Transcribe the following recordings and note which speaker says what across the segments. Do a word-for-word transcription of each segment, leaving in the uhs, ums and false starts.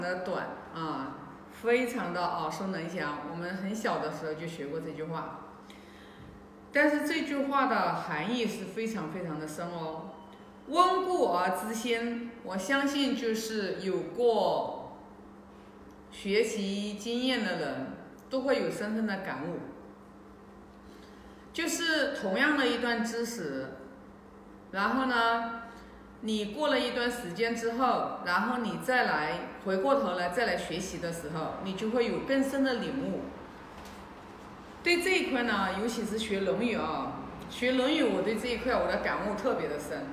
Speaker 1: 的短啊，非常的耳熟能详。我们很小的时候就学过这句话，但是这句话的含义是非常非常的深哦。温故而知新，我相信就是有过学习经验的人都会有深深的感悟。就是同样的一段知识，然后呢，你过了一段时间之后，然后你再来回过头来再来学习的时候，你就会有更深的领悟。对这一块呢，尤其是学《论语》啊，学《论语》，我对这一块我的感悟特别的深。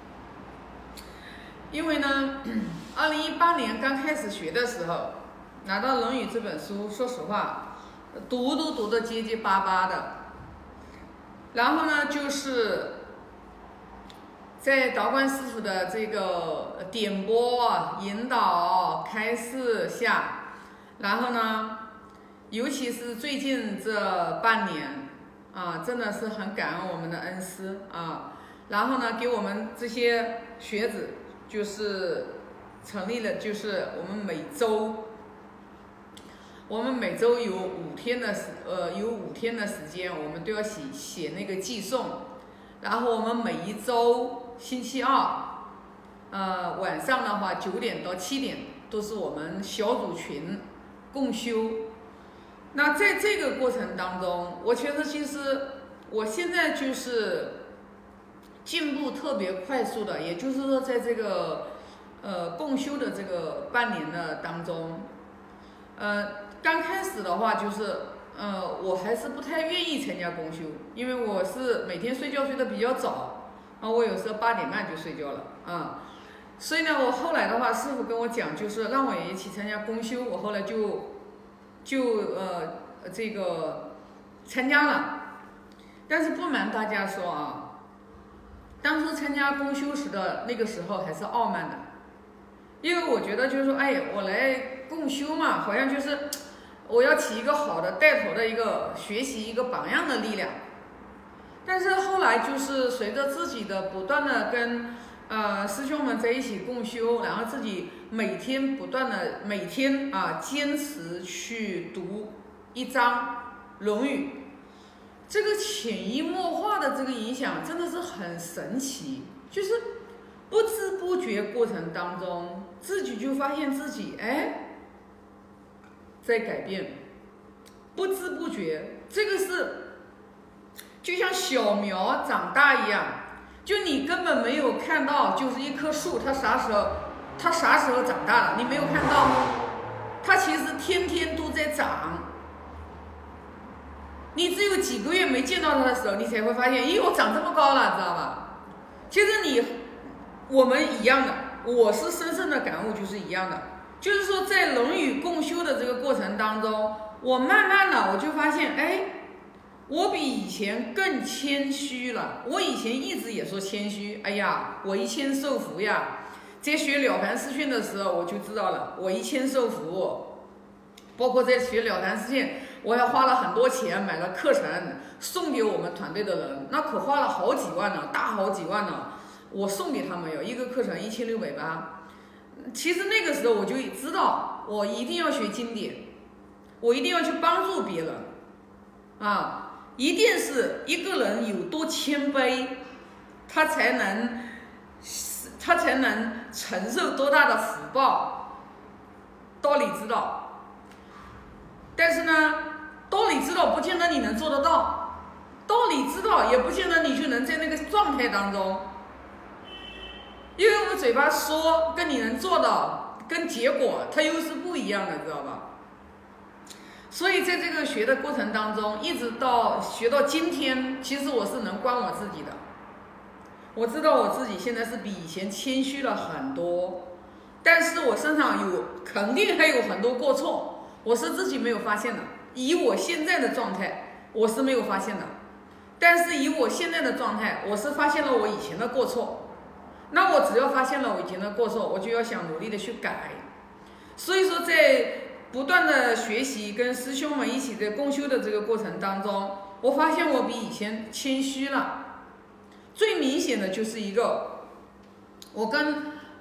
Speaker 1: 因为呢，二零一八年刚开始学的时候，拿到《论语》这本书，说实话，读都读得结结巴巴的。然后呢，就是在道观师傅的这个点拨、引导、开示下，然后呢，尤其是最近这半年啊，真的是很感恩我们的恩师啊。然后呢，给我们这些学子就是成立了，就是我们每周，我们每周有五天的时呃有五天的时间，我们都要写写那个寄送。然后我们每一周星期二，呃晚上的话九点到七点都是我们小组群共修。那在这个过程当中，我觉得其实我现在就是进步特别快速的，也就是说在这个呃共修的这个半年的当中，呃刚开始的话就是呃我还是不太愿意参加共修，因为我是每天睡觉睡得比较早啊，我有时候八点半就睡觉了啊，所以呢我后来的话师傅跟我讲，就是让我也一起参加共修，我后来就就呃这个参加了。但是不瞒大家说啊，当初参加共修时的那个时候还是傲慢的，因为我觉得就是说，哎，我来共修嘛，好像就是我要起一个好的带头的一个学习一个榜样的力量。但是后来就是随着自己的不断的跟呃师兄们在一起共修，然后自己每天不断的每天啊坚持去读一章《论语》，这个潜移默化的这个影响真的是很神奇，就是不知不觉过程当中，自己就发现自己哎在改变，不知不觉，这个是就像小苗长大一样，就你根本没有看到，就是一棵树，它啥时候它啥时候长大了，你没有看到，它其实天天都在长。你只有几个月没见到它的时候，你才会发现，咦，我长这么高了，知道吧？其实你我们一样的，我是深深的感悟，就是一样的，就是说在论语共修的这个过程当中，我慢慢的我就发现，哎，我比以前更谦虚了。我以前一直也说谦虚，哎呀，我一谦受福呀。在学了凡四训的时候，我就知道了，我一谦受福。包括在学了凡四训，我还花了很多钱买了课程送给我们团队的人，那可花了好几万呢，大好几万呢。我送给他们有一个课程一千六百八。其实那个时候我就知道，我一定要学经典，我一定要去帮助别人啊，一定是一个人有多谦卑，他才能他才能承受多大的福报。道理知道，但是呢，道理知道不见得你能做得到，道理知道也不见得你就能在那个状态当中，因为我们嘴巴说跟你能做到跟结果它又是不一样的，知道吧？所以在这个学的过程当中，一直到学到今天，其实我是能观我自己的，我知道我自己现在是比以前谦虚了很多，但是我身上有肯定还有很多过错，我是自己没有发现的。以我现在的状态，我是没有发现的，但是以我现在的状态，我是发现了我以前的过错。那我只要发现了我以前的过错，我就要想努力的去改。所以说在不断的学习跟师兄们一起在共修的这个过程当中，我发现我比以前谦虚了。最明显的就是一个，我跟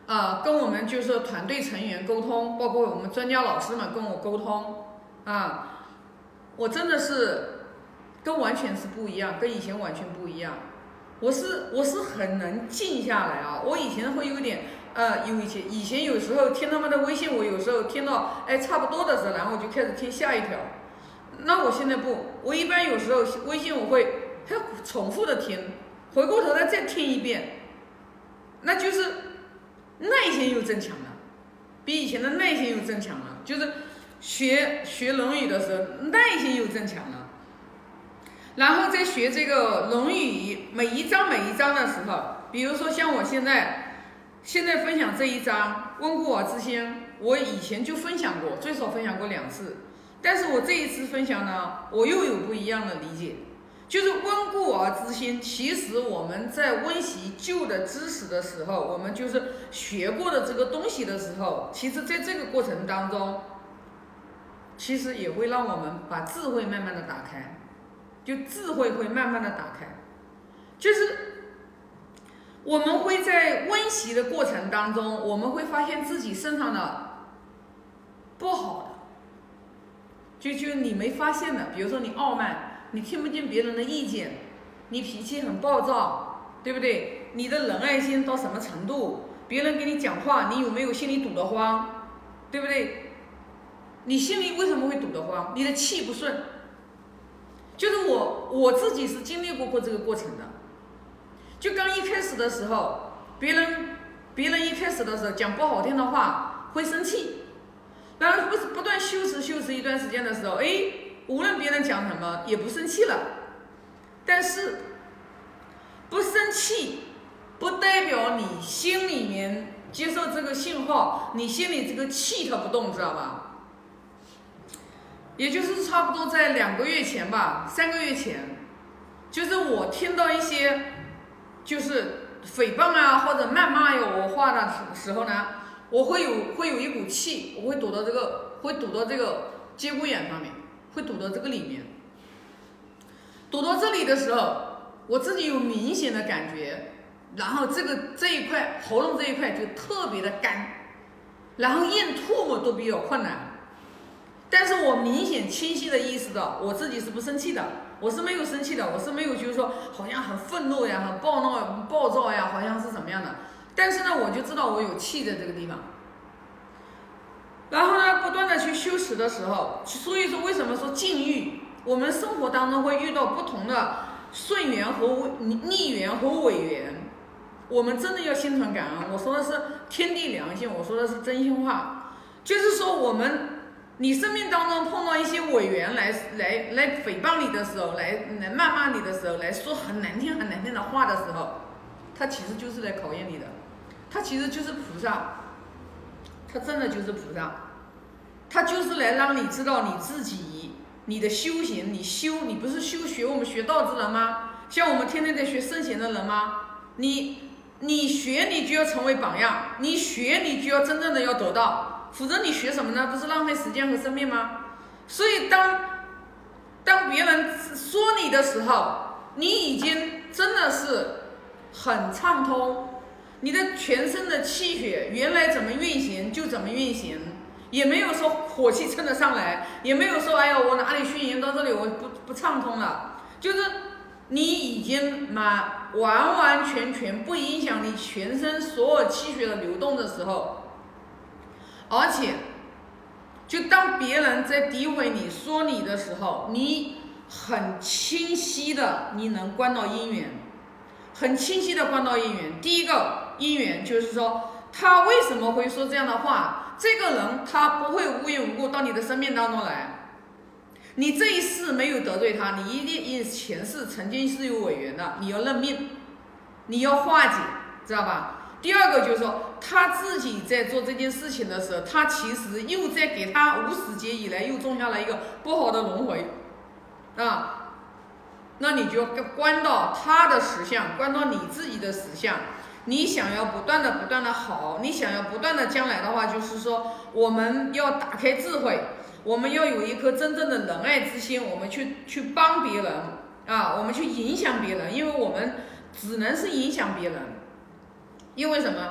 Speaker 1: 呃，跟我们就是团队成员沟通，包括我们专家老师们跟我沟通啊，我真的是跟完全是不一样，跟以前完全不一样。我是我是很能静下来啊，我以前会有点呃，有以前以前有时候听他们的微信，我有时候听到哎差不多的时候，然后我就开始听下一条。那我现在不，我一般有时候微信我会重复的听，回过头来再听一遍，那就是耐心又增强了，比以前的耐心又增强了，就是学学《论语》的时候耐心又增强了。然后在学这个《论语》每一章每一章的时候，比如说像我现在现在分享这一章温故而知新，我以前就分享过，最少分享过两次，但是我这一次分享呢，我又有不一样的理解。就是温故而知新，其实我们在温习旧的知识的时候，我们就是学过的这个东西的时候，其实在这个过程当中，其实也会让我们把智慧慢慢的打开，就智慧会慢慢的打开，就是我们会在温习的过程当中，我们会发现自己身上的不好的，就就你没发现的，比如说你傲慢。你听不进别人的意见，你脾气很暴躁，对不对？你的仁爱心到什么程度？别人跟你讲话，你有没有心里堵得慌，对不对？你心里为什么会堵得慌？你的气不顺。就是我我自己是经历过过这个过程的。就刚一开始的时候，别人别人一开始的时候讲不好听的话会生气，然后不是不断修持修持一段时间的时候，哎。无论别人讲什么也不生气了，但是不生气不代表你心里面接受这个信号，你心里这个气它不动，知道吧？也就是差不多在两个月前吧，三个月前，就是我听到一些就是诽谤啊或者谩骂有我话的时候呢，我会有会有一股气，我会躲到这个会躲到这个节骨眼上面。会堵到这个里面，堵到这里的时候，我自己有明显的感觉，然后这个这一块喉咙这一块就特别的干，然后咽唾沫都比较困难。但是我明显清晰的意识到，我自己是不生气的，我是没有生气的，我是没有就是说好像很愤怒呀、很暴怒、暴躁呀，好像是怎么样的。但是呢，我就知道我有气在这个地方。然后呢，不断的去修持的时候，所以说为什么说境遇，我们生活当中会遇到不同的顺缘和逆缘和违缘，我们真的要心存感恩。我说的是天地良心，我说的是真心话，就是说我们你生命当中碰到一些违缘来来来诽谤你的时候，来来谩骂你的时候，来说很难听很难听的话的时候，他其实就是来考验你的，他其实就是菩萨。他真的就是菩萨，他就是来让你知道你自己，你的修行，你修，你不是修学我们学道之人吗？像我们天天在学圣贤的人吗？你你学你就要成为榜样，你学你就要真正的要得到，否则你学什么呢？不是浪费时间和生命吗？所以当当别人说你的时候，你已经真的是很畅通。你的全身的气血原来怎么运行就怎么运行，也没有说火气蹭得上来，也没有说哎呀我哪里熏营到这里我不不畅通了，就是你已经嘛完完全全不影响你全身所有气血的流动的时候，而且就当别人在诋毁你说你的时候，你很清晰的你能观到因缘，很清晰的观到因缘。第一个因缘就是说，他为什么会说这样的话？这个人他不会无缘无故到你的生命当中来，你这一世没有得罪他，你一定前世曾经是有违缘的，你要认命，你要化解，知道吧？第二个就是说，他自己在做这件事情的时候，他其实又在给他无始劫以来又种下了一个不好的轮回啊。那你就观到他的实相，观到你自己的实相。你想要不断的不断的好，你想要不断的将来的话，就是说我们要打开智慧，我们要有一颗真正的仁爱之心，我们去去帮别人啊，我们去影响别人，因为我们只能是影响别人。因为什么？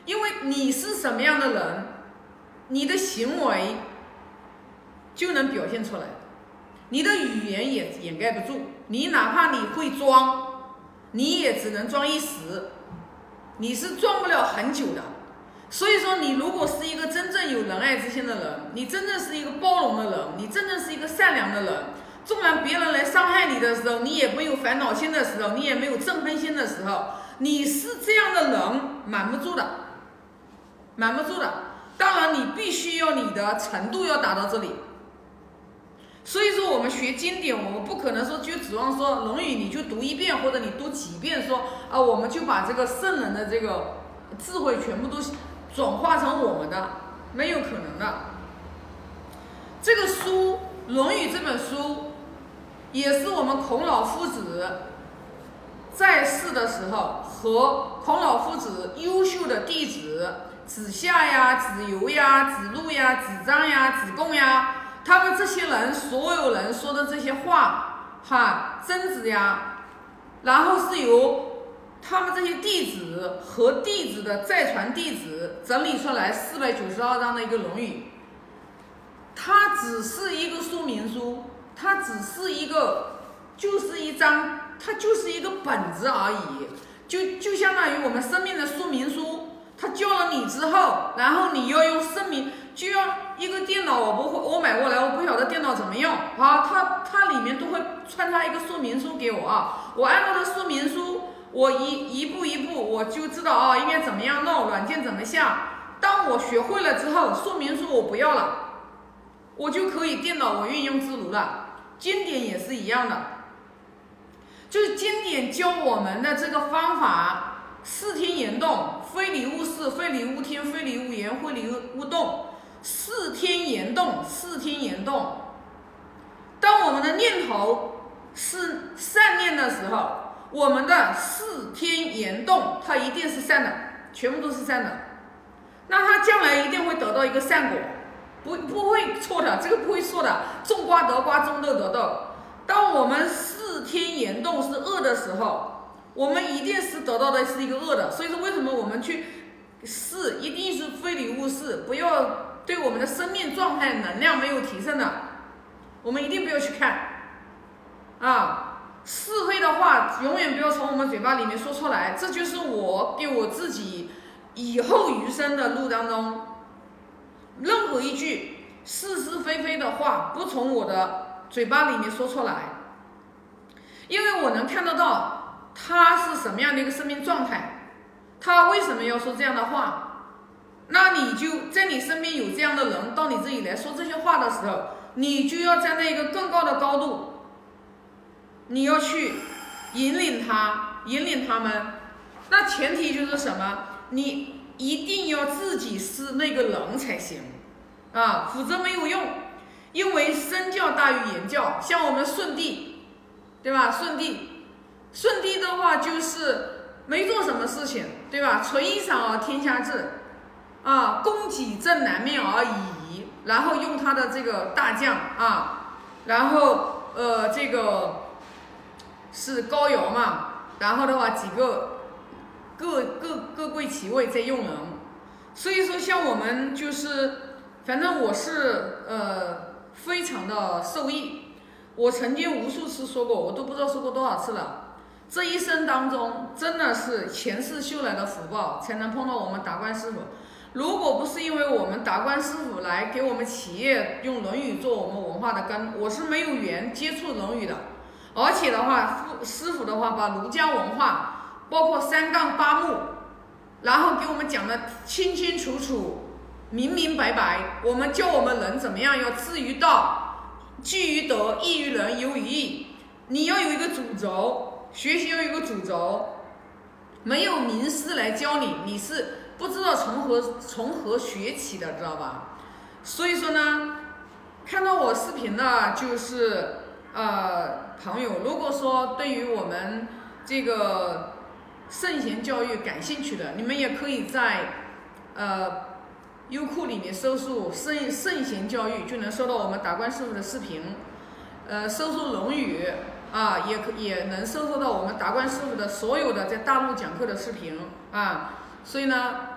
Speaker 1: 因为你是什么样的人，你的行为就能表现出来，你的语言也掩盖不住。你哪怕你会装，你也只能装一时，你是装不了很久的。所以说，你如果是一个真正有仁爱之心的人，你真正是一个包容的人，你真正是一个善良的人，纵然别人来伤害你的时候，你也没有烦恼心的时候，你也没有憎恨心的时候，你是这样的人，瞒不住的，瞒不住的。当然，你必须要你的程度要达到这里。所以说，我们学经典，我们不可能说就指望说《论语》你就读一遍，或者你读几遍说，啊，我们就把这个圣人的这个智慧全部都转化成我们的，没有可能的。这个书《论语》这本书，也是我们孔老夫子在世的时候和孔老夫子优秀的弟子子夏呀、子游呀、子路呀、子张呀、子贡呀，他们这些人所有人说的这些话，哈，曾子呀，然后是由他们这些弟子和弟子的再传弟子整理出来四百九十二章的一个《论语》，它只是一个说明书，它只是一个，就是一张，它就是一个本子而已，就就相当于我们生命的说明书。它教了你之后，然后你要用生命，就要一个电脑，我不会，我买过来，我不晓得电脑怎么用啊，它它里面都会穿插一个说明书给我啊，我按照这说明书。我一一步一步我就知道啊，应该怎么样弄，软件怎么下。当我学会了之后，说明书我不要了，我就可以电脑我运用自如了。经典也是一样的，就是经典教我们的这个方法，视听言动，非礼勿视，非礼勿听，非礼勿言，非礼勿动。视听言动，视听言动。当我们的念头是善念的时候，我们的视听言动，它一定是善的，全部都是善的，那它将来一定会得到一个善果，不不会错的，这个不会错的。种瓜得瓜，种豆得豆。当我们视听言动是恶的时候，我们一定是得到的是一个恶的。所以说，为什么我们去视，一定是非礼勿视，不要对我们的生命状态能量没有提升的，我们一定不要去看啊。是非的话永远不要从我们嘴巴里面说出来，这就是我给我自己以后余生的路当中，任何一句是是非非的话不从我的嘴巴里面说出来，因为我能看得到他是什么样的一个生命状态，他为什么要说这样的话。那你就在你身边有这样的人到你这里来说这些话的时候，你就要站在一个更高的高度，你要去引领他，引领他们。那前提就是什么？你一定要自己是那个人才行啊，否则没有用。因为身教大于言教，像我们舜帝，对吧？舜帝，舜帝的话就是没做什么事情，对吧？垂衣裳而天下治，啊，供给正南面而已。然后用他的这个大将啊，然后呃这个。是高尧嘛，然后的话几个各各各归其位在用人。所以说像我们就是反正我是呃非常的受益。我曾经无数次说过，我都不知道说过多少次了，这一生当中真的是前世修来的福报才能碰到我们达观师傅。如果不是因为我们达观师傅来给我们企业用《论语》做我们文化的根，我是没有缘接触《论语》的。而且的话，师傅的话把儒家文化包括三纲八目，然后给我们讲的清清楚楚、明明白白。我们教我们人怎么样要至于道、聚于德、益于人、有于义。你要有一个主轴，学习要有一个主轴。没有名师来教你，你是不知道从何从何学起的，知道吧？所以说呢，看到我视频的就是呃。朋友，如果说对于我们这个圣贤教育感兴趣的，你们也可以在呃优酷里面搜索圣圣贤教育，就能收到我们达观师傅的视频。呃，搜索《论语》啊，也可也能搜索到我们达观师傅的所有的在大陆讲课的视频啊。所以呢，